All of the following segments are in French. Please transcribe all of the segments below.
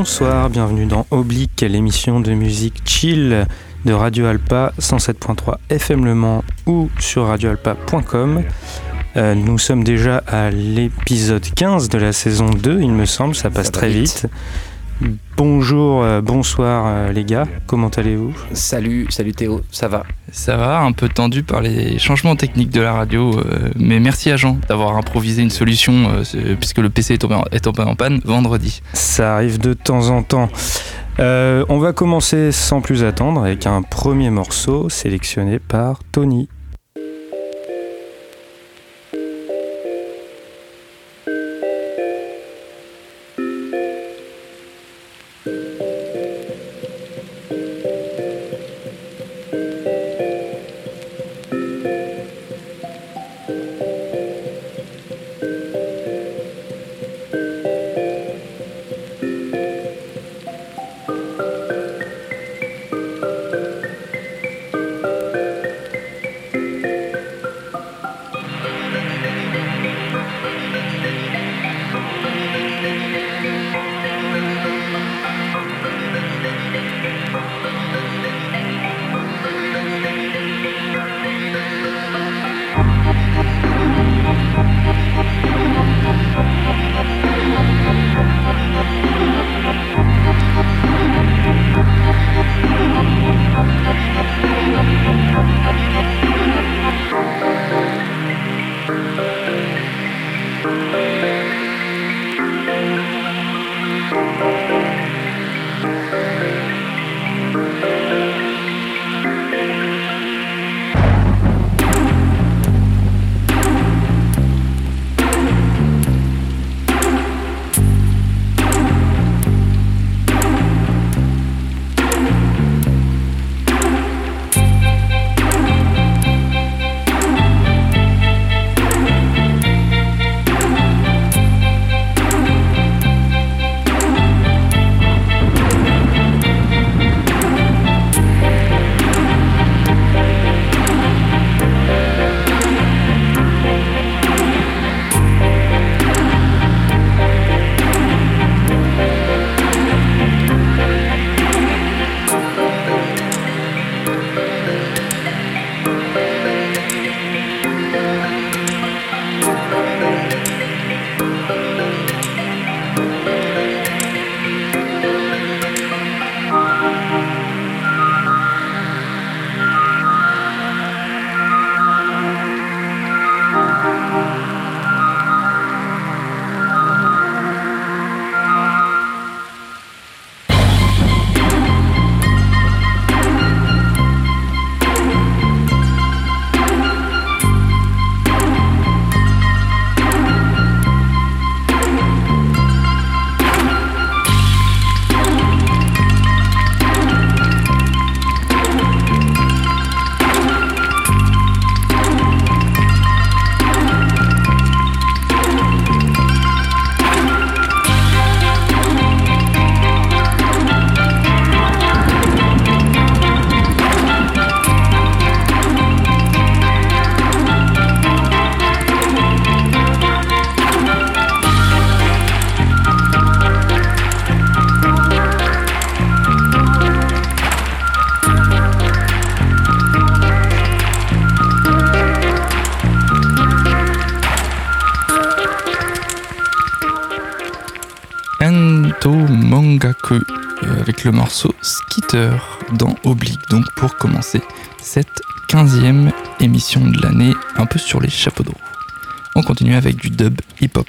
Bonsoir, bienvenue dans Oblique, l'émission de musique chill de Radio Alpa 107.3 FM Le Mans ou sur radioalpa.com. Nous sommes déjà à l'épisode 15 de la saison 2, il me semble, ça passe très vite. Bonjour, bonsoir les gars, comment allez-vous ? Salut Théo, ça va ? Ça va, un peu tendu par les changements techniques de la radio, mais merci à Jean d'avoir improvisé une solution puisque le PC est tombé en panne vendredi. Ça arrive de temps en temps. On va commencer sans plus attendre avec un premier morceau sélectionné par Tony. Avec le morceau Skitter dans Oblique, donc pour commencer cette 15e émission de l'année, un peu sur les chapeaux de roue. On continue avec du dub hip-hop.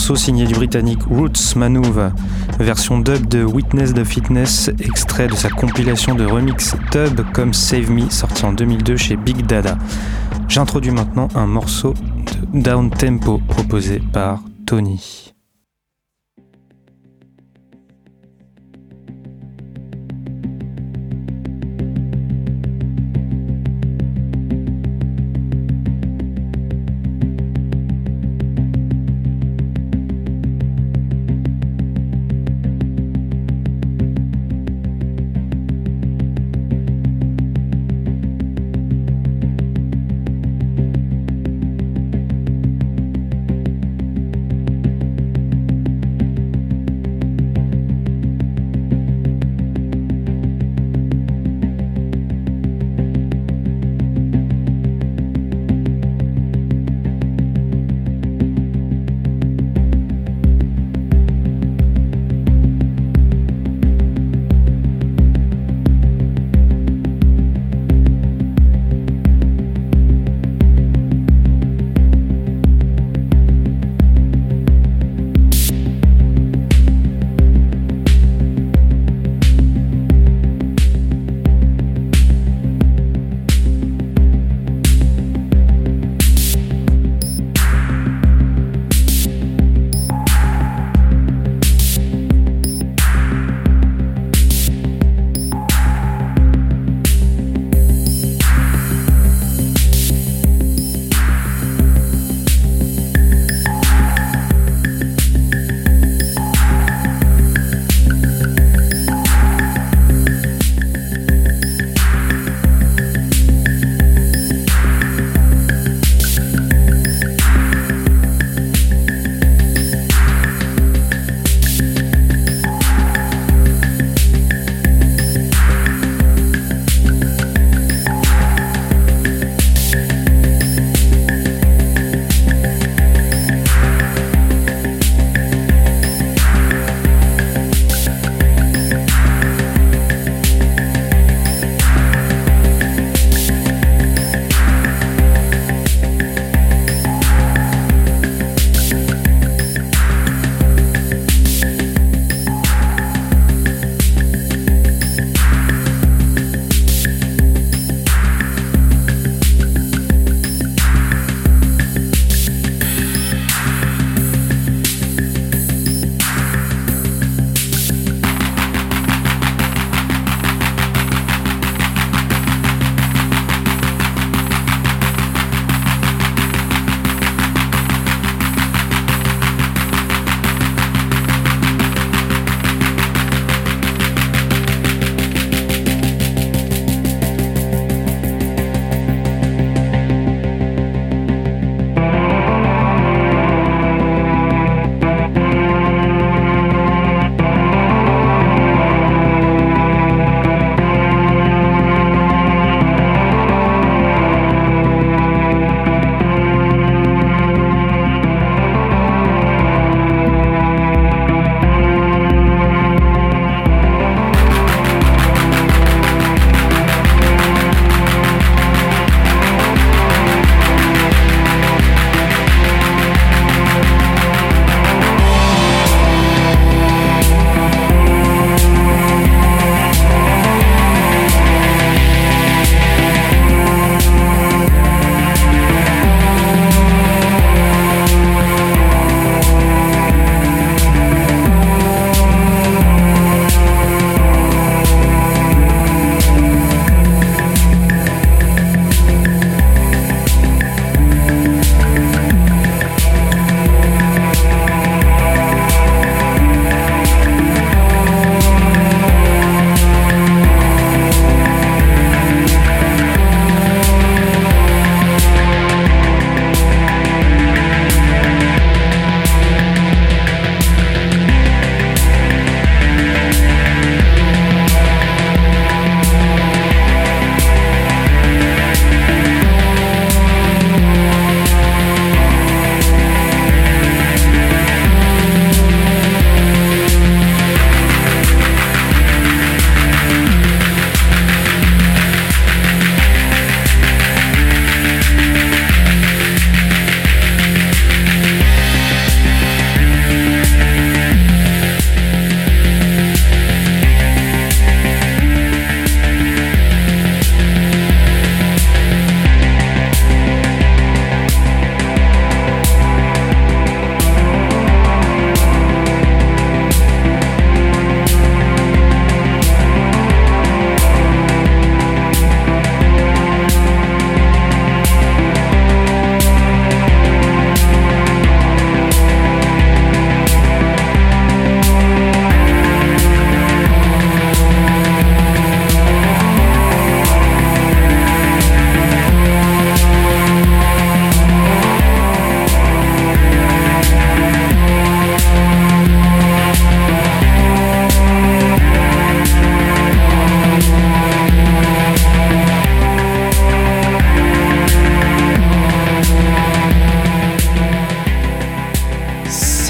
morceau signé du britannique Roots Maneuver, version dub de Witness the Fitness, extrait de sa compilation de remix dub comme Save Me, sorti en 2002 chez Big Dada. J'introduis maintenant un morceau de down tempo proposé par Tony.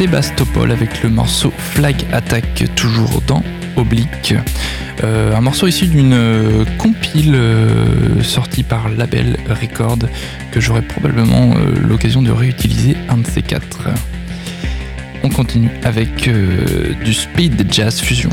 Sébastopol avec le morceau Flag Attack, toujours dans Oblique. Un morceau issu d'une compile sortie par Label Record que j'aurai probablement l'occasion de réutiliser un de ces quatre. On continue avec du speed jazz fusion.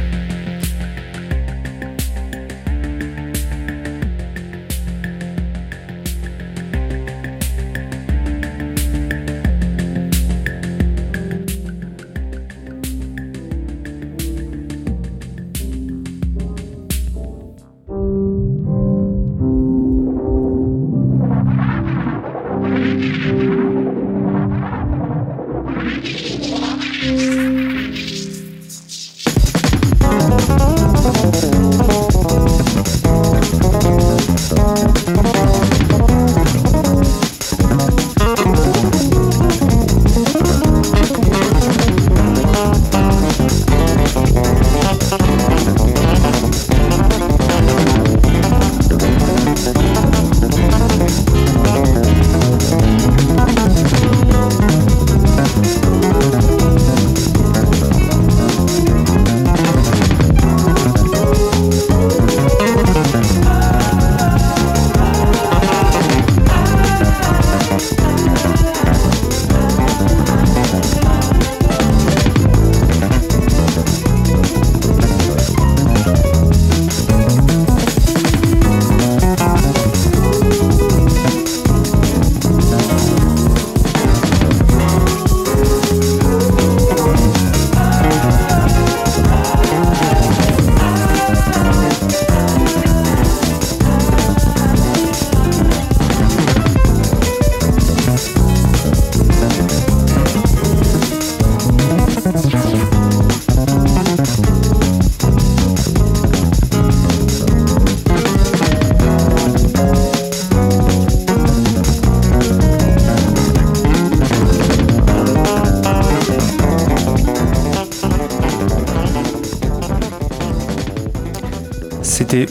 C'était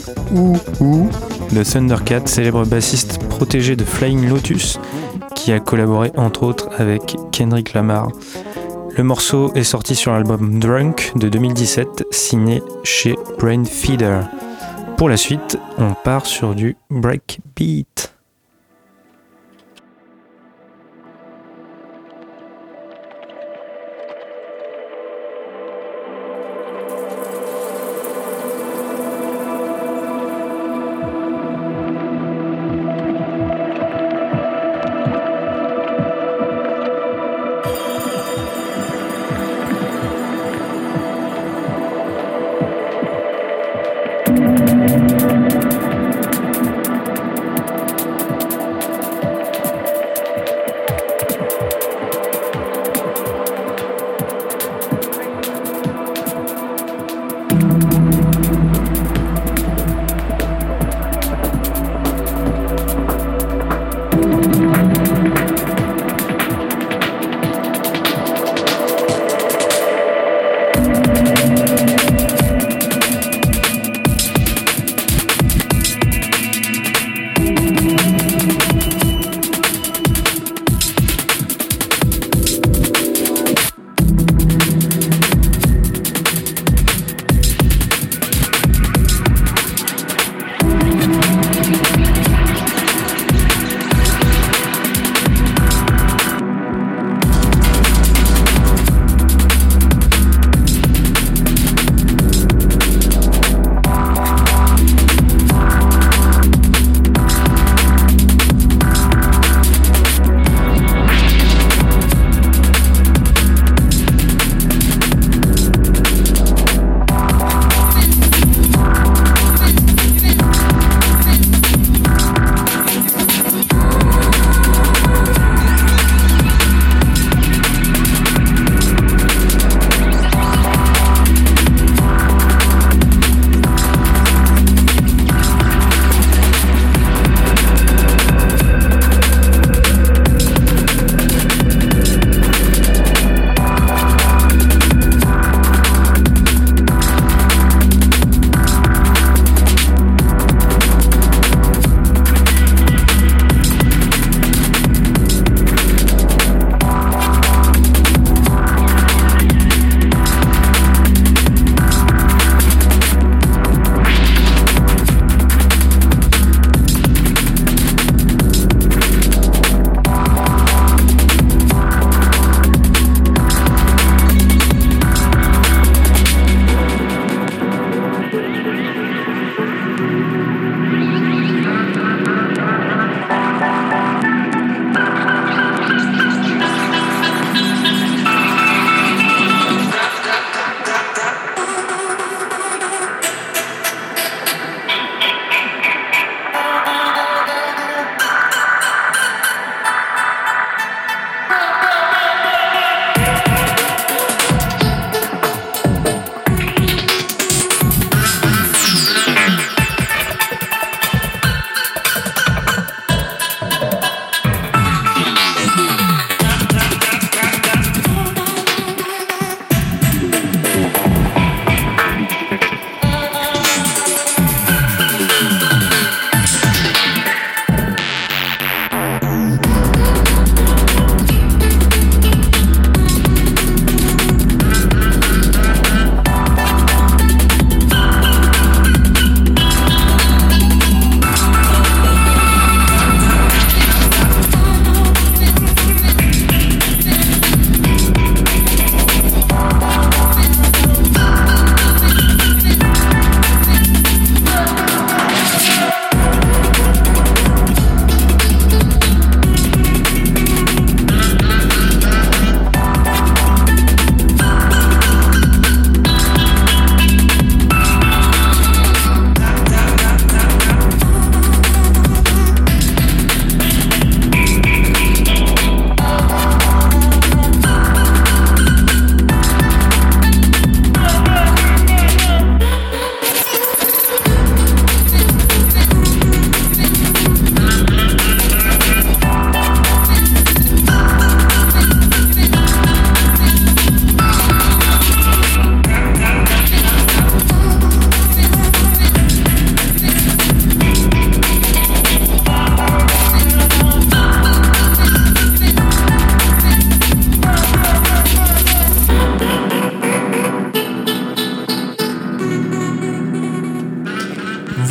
Ou de Thundercat, célèbre bassiste protégé de Flying Lotus, qui a collaboré entre autres avec Kendrick Lamar. Le morceau est sorti sur l'album Drunk de 2017, signé chez Brainfeeder. Pour la suite, on part sur du breakbeat.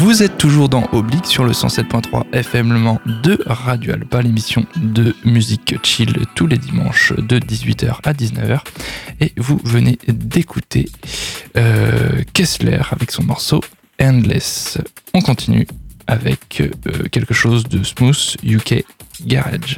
Vous êtes toujours dans Oblique sur le 107.3 FM Le Mans de Radio Alpa, l'émission de musique chill tous les dimanches de 18h à 19h. Et vous venez d'écouter Kessler avec son morceau Endless. On continue avec quelque chose de smooth, UK Garage.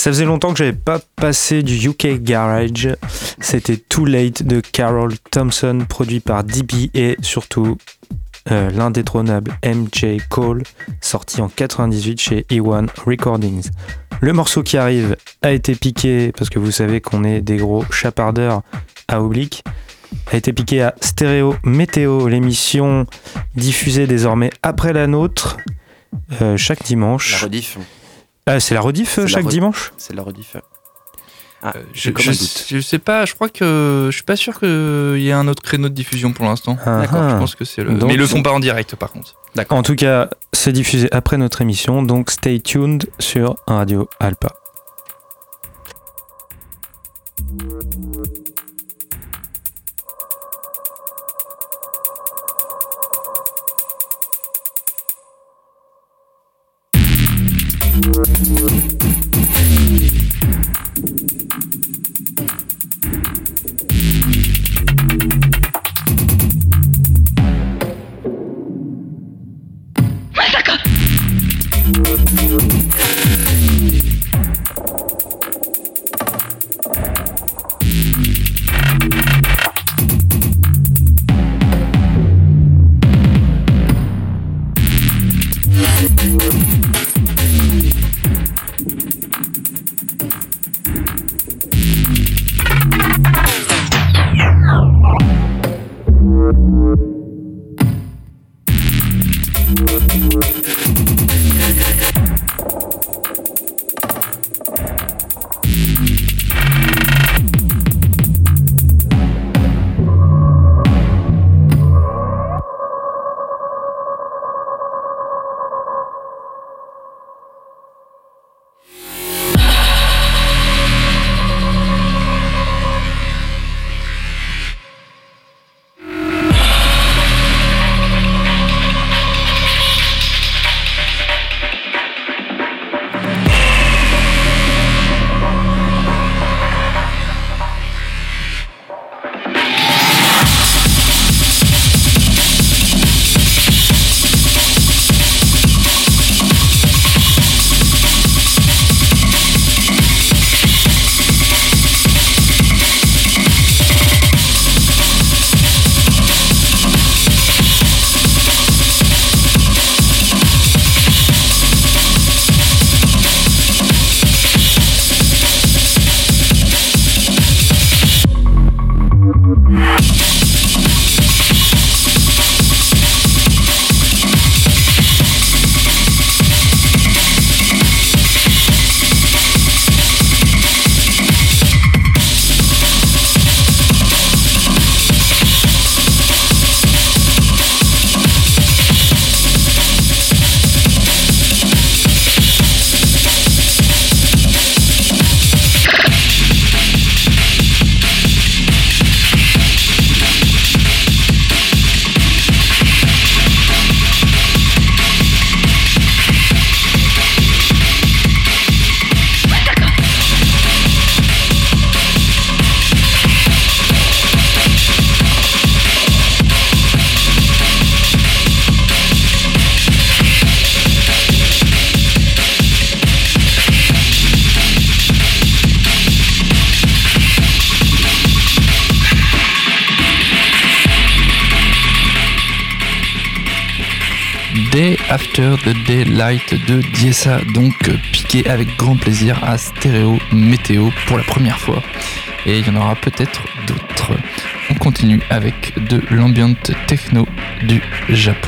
Ça faisait longtemps que j'avais pas passé du UK Garage. C'était Too Late de Carol Thompson, produit par DB et surtout l'indétrônable MJ Cole, sorti en 98 chez E1 Recordings. Le morceau qui arrive a été piqué, parce que vous savez qu'on est des gros chapardeurs à Oblique, a été piqué à Stéréo Météo, l'émission diffusée désormais après la nôtre, chaque dimanche. La rediff. C'est la rediff chaque dimanche ? C'est la rediff. Je sais pas, je crois que je suis pas sûr qu'il y ait un autre créneau de diffusion pour l'instant. D'accord, je pense que c'est le. Donc, mais ils le font pas en direct par contre. En tout cas, c'est diffusé après notre émission, donc stay tuned sur Radio Alpa. Day After the Daylight de Diessa, donc piqué avec grand plaisir à Stéréo Météo pour la première fois. Et il y en aura peut-être d'autres. On continue avec de l'ambient techno du Japon.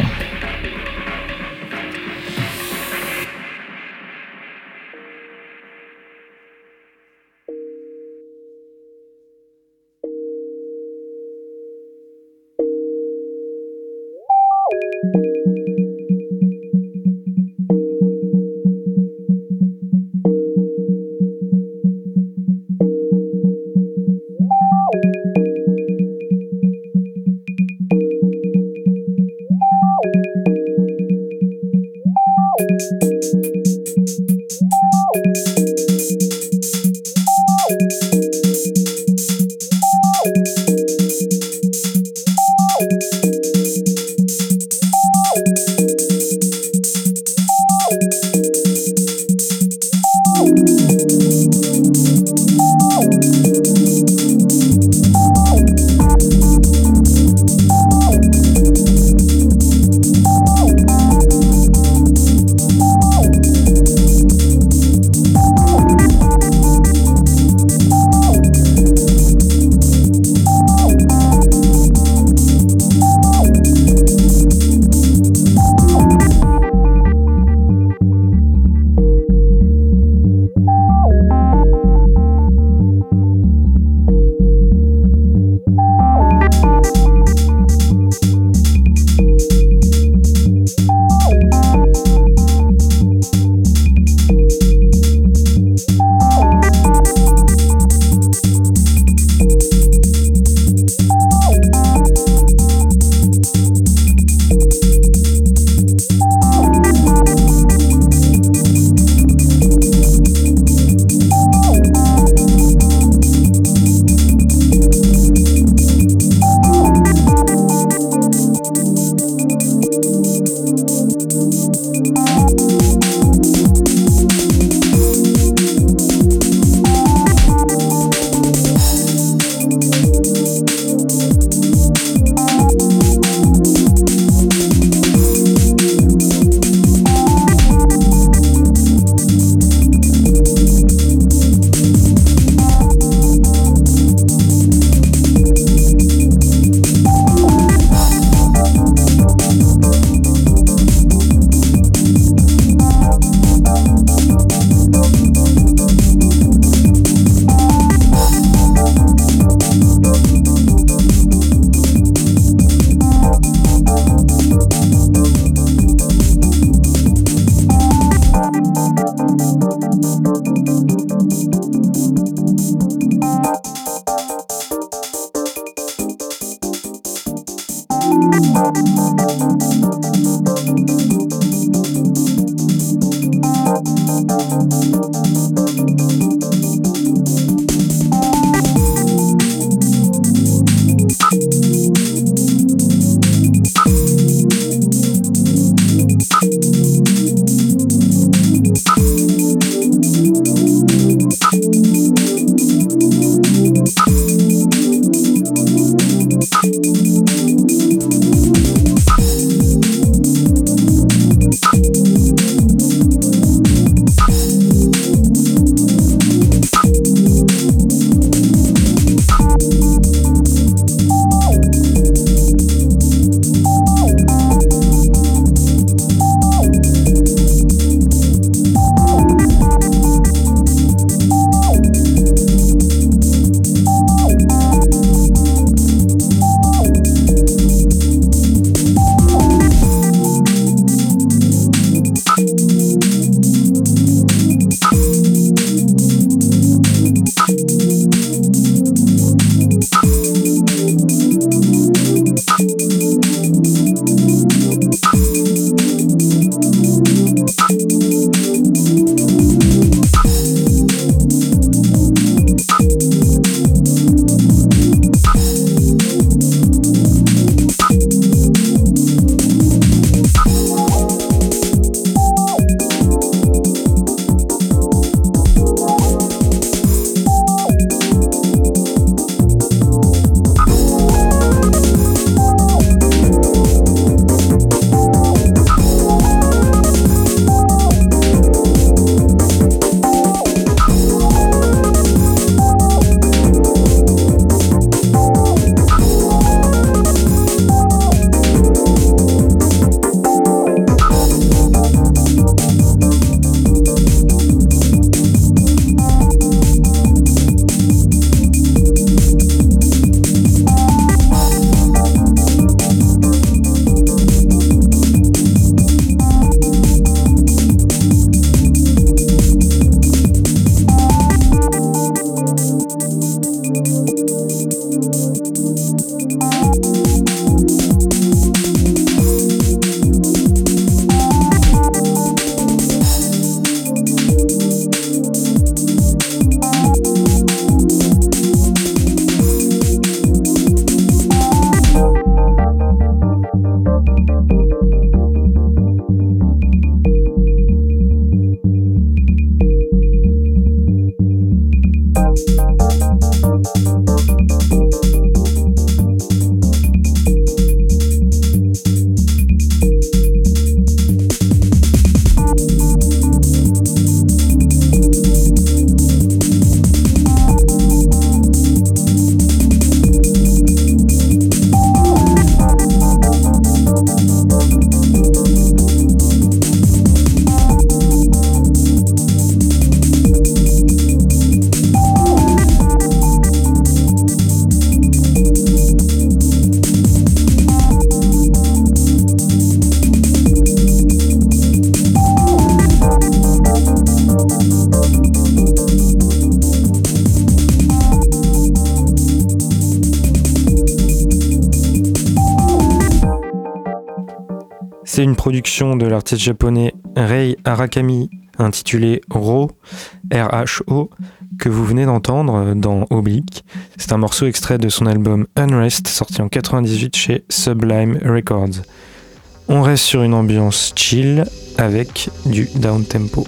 C'est une production de l'artiste japonais Rei Arakami intitulée Rho, R-H-O, que vous venez d'entendre dans Oblique. C'est un morceau extrait de son album Unrest, sorti en 98 chez Sublime Records. On reste sur une ambiance chill avec du down-tempo.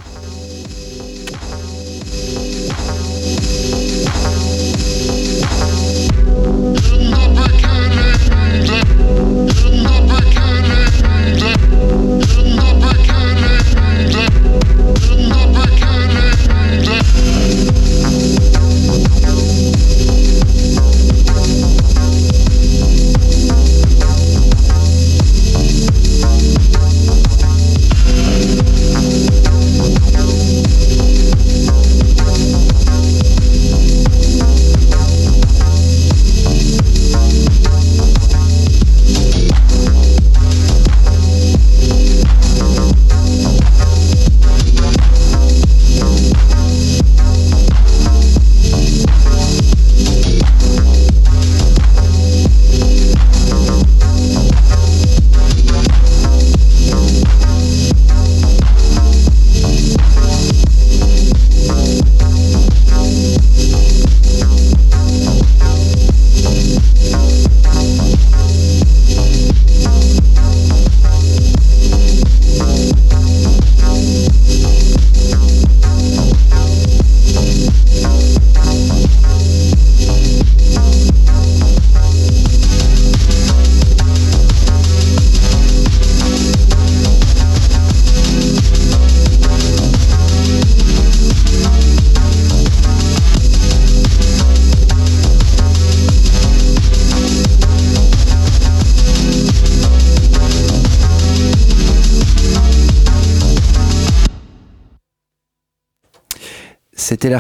C'était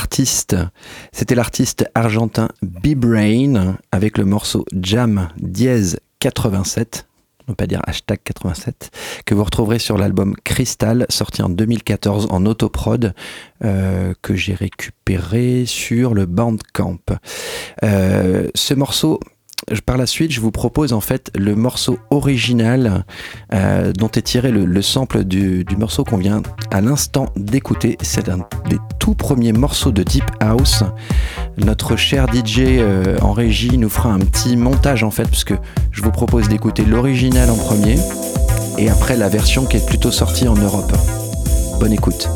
l'artiste argentin B-Brain avec le morceau Jam dièse 87, on ne peut pas dire hashtag 87, que vous retrouverez sur l'album Crystal, sorti en 2014 en autoprod, que j'ai récupéré sur le Bandcamp. Ce morceau, par la suite, je vous propose en fait le morceau original dont est tiré le sample du morceau qu'on vient à l'instant d'écouter. C'est un des tout premiers morceaux de Deep House. Notre cher DJ en régie nous fera un petit montage en fait, parce que je vous propose d'écouter l'original en premier et après la version qui est plutôt sortie en Europe. Bonne écoute.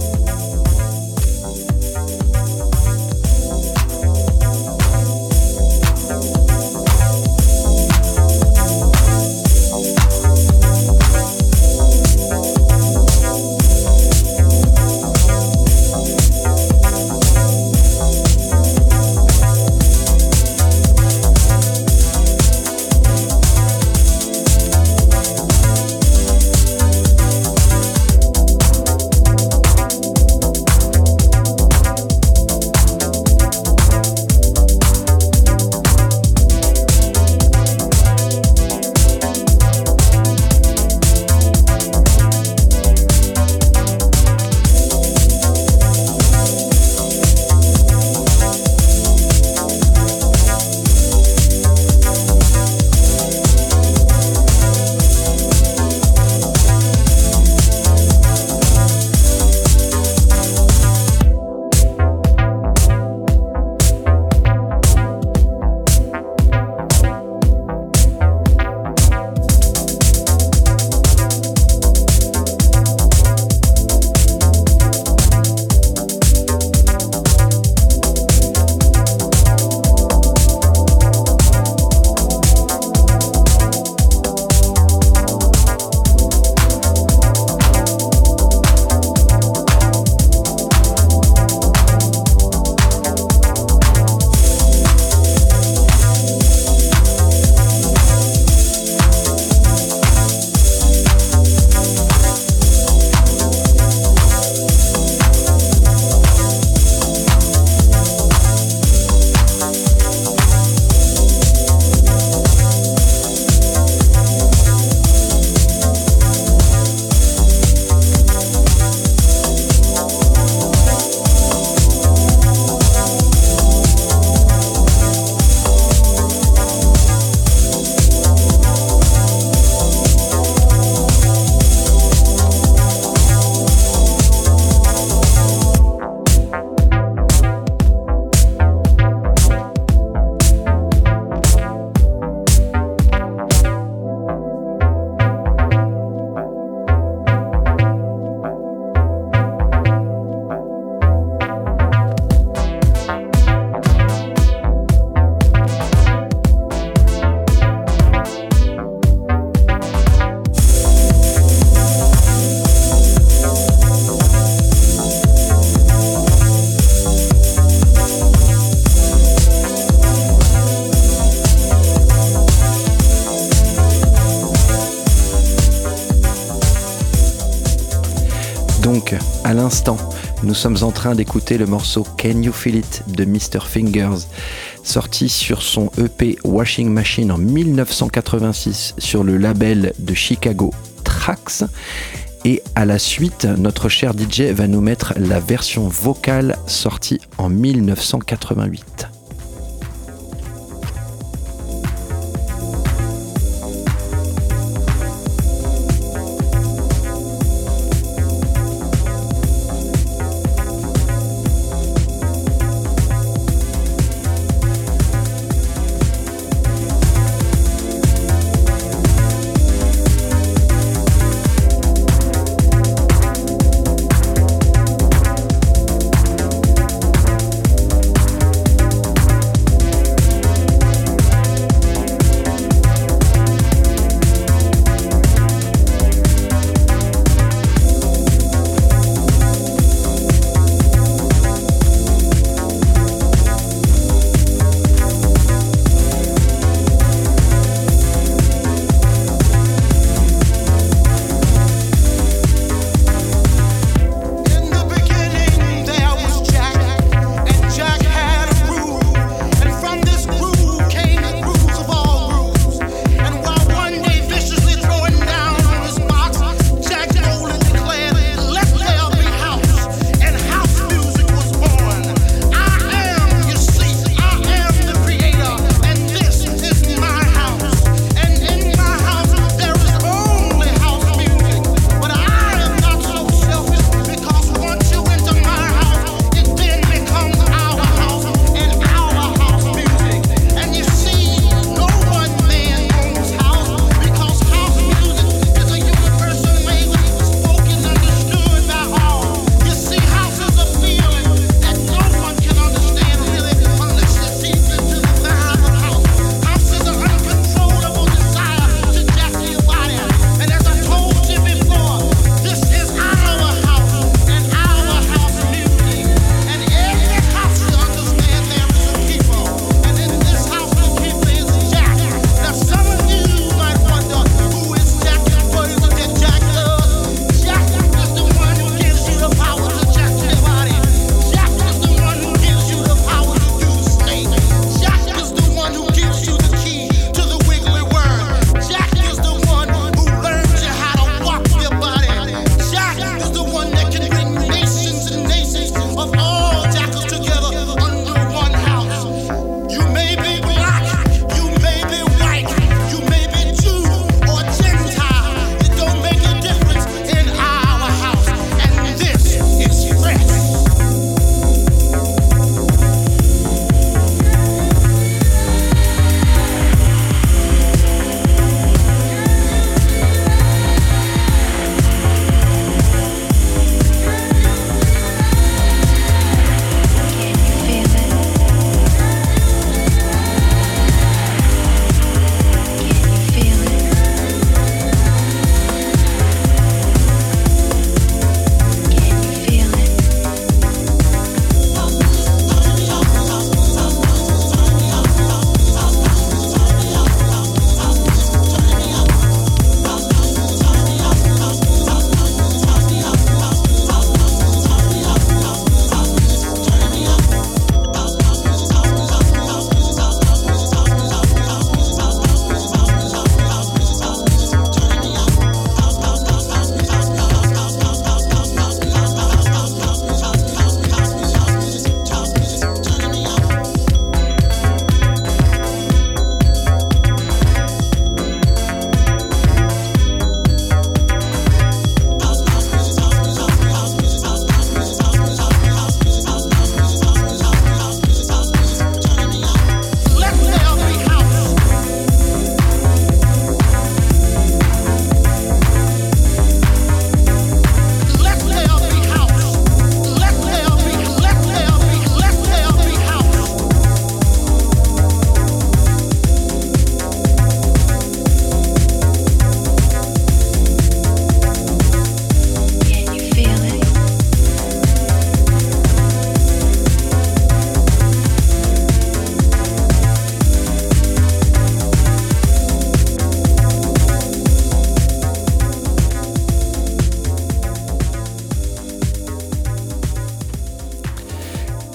Donc, à l'instant, nous sommes en train d'écouter le morceau Can You Feel It de Mr. Fingers, sorti sur son EP Washing Machine en 1986 sur le label de Chicago Trax. Et à la suite, notre cher DJ va nous mettre la version vocale sortie en 1988.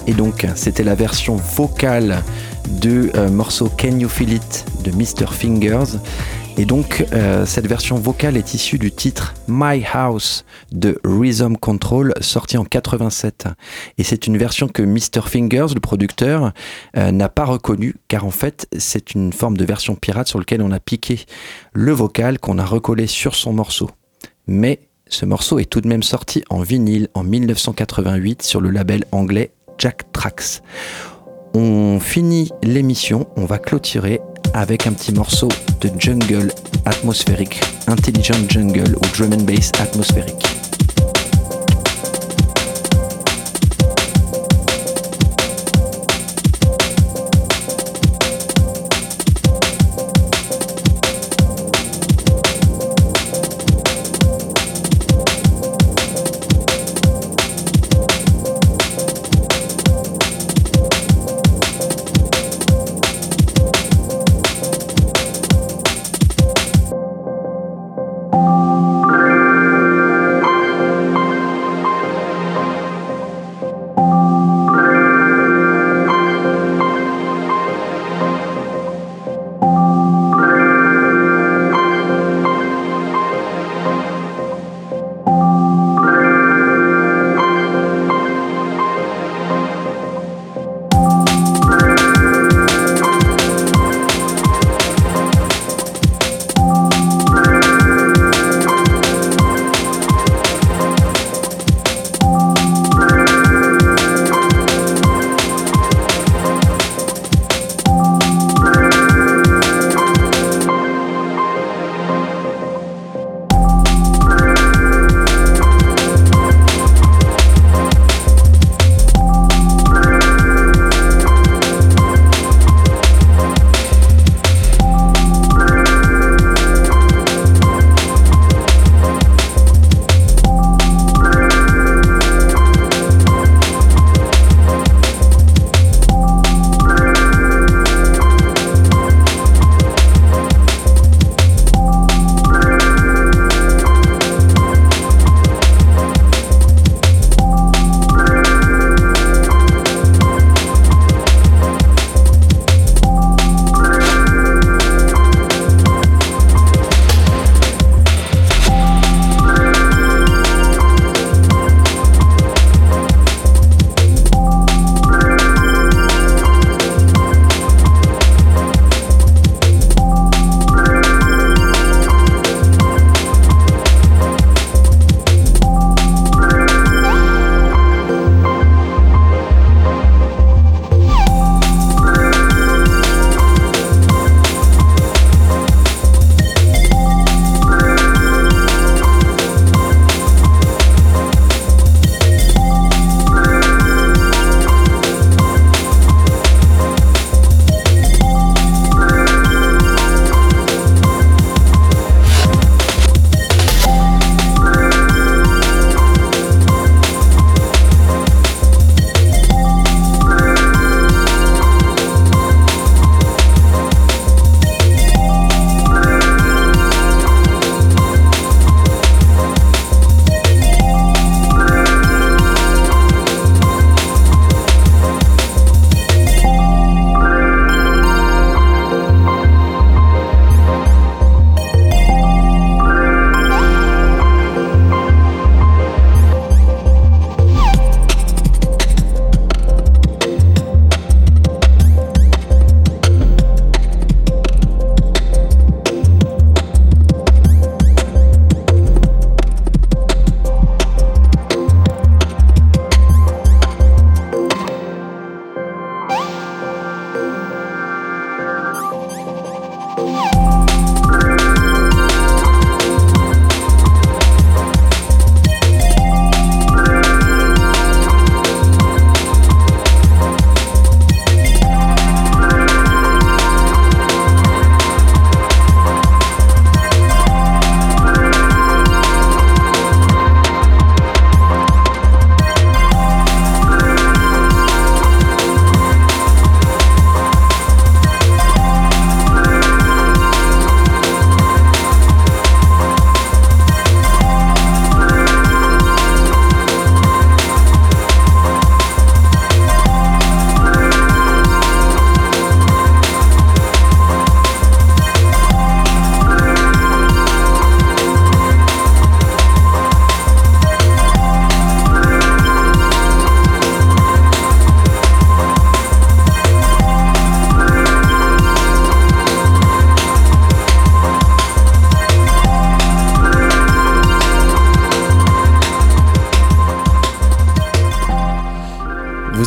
Et donc, c'était la version vocale du morceau Can You Feel It de Mr. Fingers. Et donc, cette version vocale est issue du titre My House de Rhythm Control, sorti en 87. Et c'est une version que Mr. Fingers, le producteur, n'a pas reconnue, car en fait, c'est une forme de version pirate sur laquelle on a piqué le vocal qu'on a recollé sur son morceau. Mais ce morceau est tout de même sorti en vinyle en 1988 sur le label anglais Jack Tracks. On finit l'émission, on va clôturer avec un petit morceau de jungle atmosphérique, Intelligent Jungle ou drum and bass atmosphérique.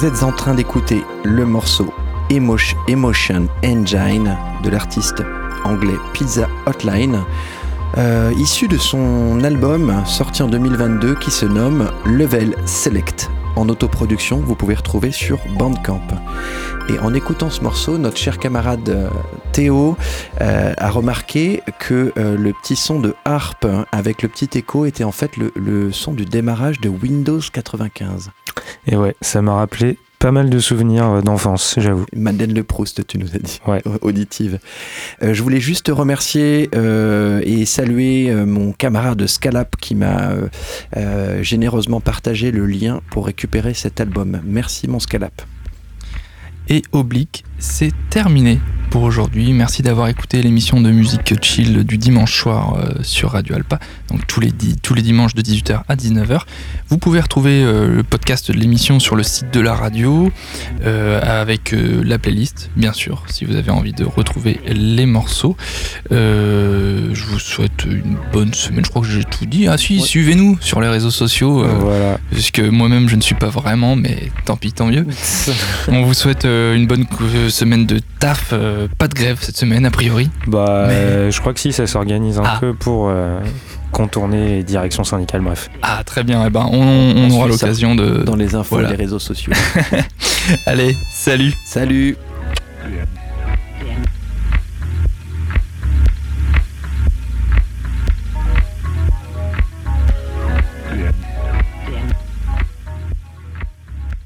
Vous êtes en train d'écouter le morceau Emotion Engine de l'artiste anglais Pizza Hotline, issu de son album sorti en 2022 qui se nomme Level Select. En autoproduction, vous pouvez retrouver sur Bandcamp. Et en écoutant ce morceau, notre cher camarade Théo a remarqué que le petit son de harpe avec le petit écho était en fait le son du démarrage de Windows 95. Et ouais, ça m'a rappelé pas mal de souvenirs d'enfance, j'avoue. Madeleine Le Proust, tu nous as dit, ouais. Auditive. Je voulais juste remercier et saluer mon camarade Scalap qui m'a généreusement partagé le lien pour récupérer cet album. Merci mon Scalap. Et Oblique, c'est terminé pour aujourd'hui. Merci d'avoir écouté l'émission de musique chill du dimanche soir sur Radio Alpa, donc tous les dimanches de 18h à 19h. Vous pouvez retrouver le podcast de l'émission sur le site de la radio avec la playlist, bien sûr, si vous avez envie de retrouver les morceaux. Je vous souhaite une bonne semaine. Je crois que j'ai tout dit. Ah si, ouais. Suivez-nous sur les réseaux sociaux, voilà. Parce que moi-même je ne suis pas vraiment, mais tant pis, tant mieux. On vous souhaite une bonne semaine de taf. Pas de grève cette semaine, a priori. Je crois que si, ça s'organise un peu pour contourner les directions syndicales, bref. Ah, très bien. Eh ben, on aura l'occasion de... Dans les infos et les réseaux sociaux. Allez, salut. Salut.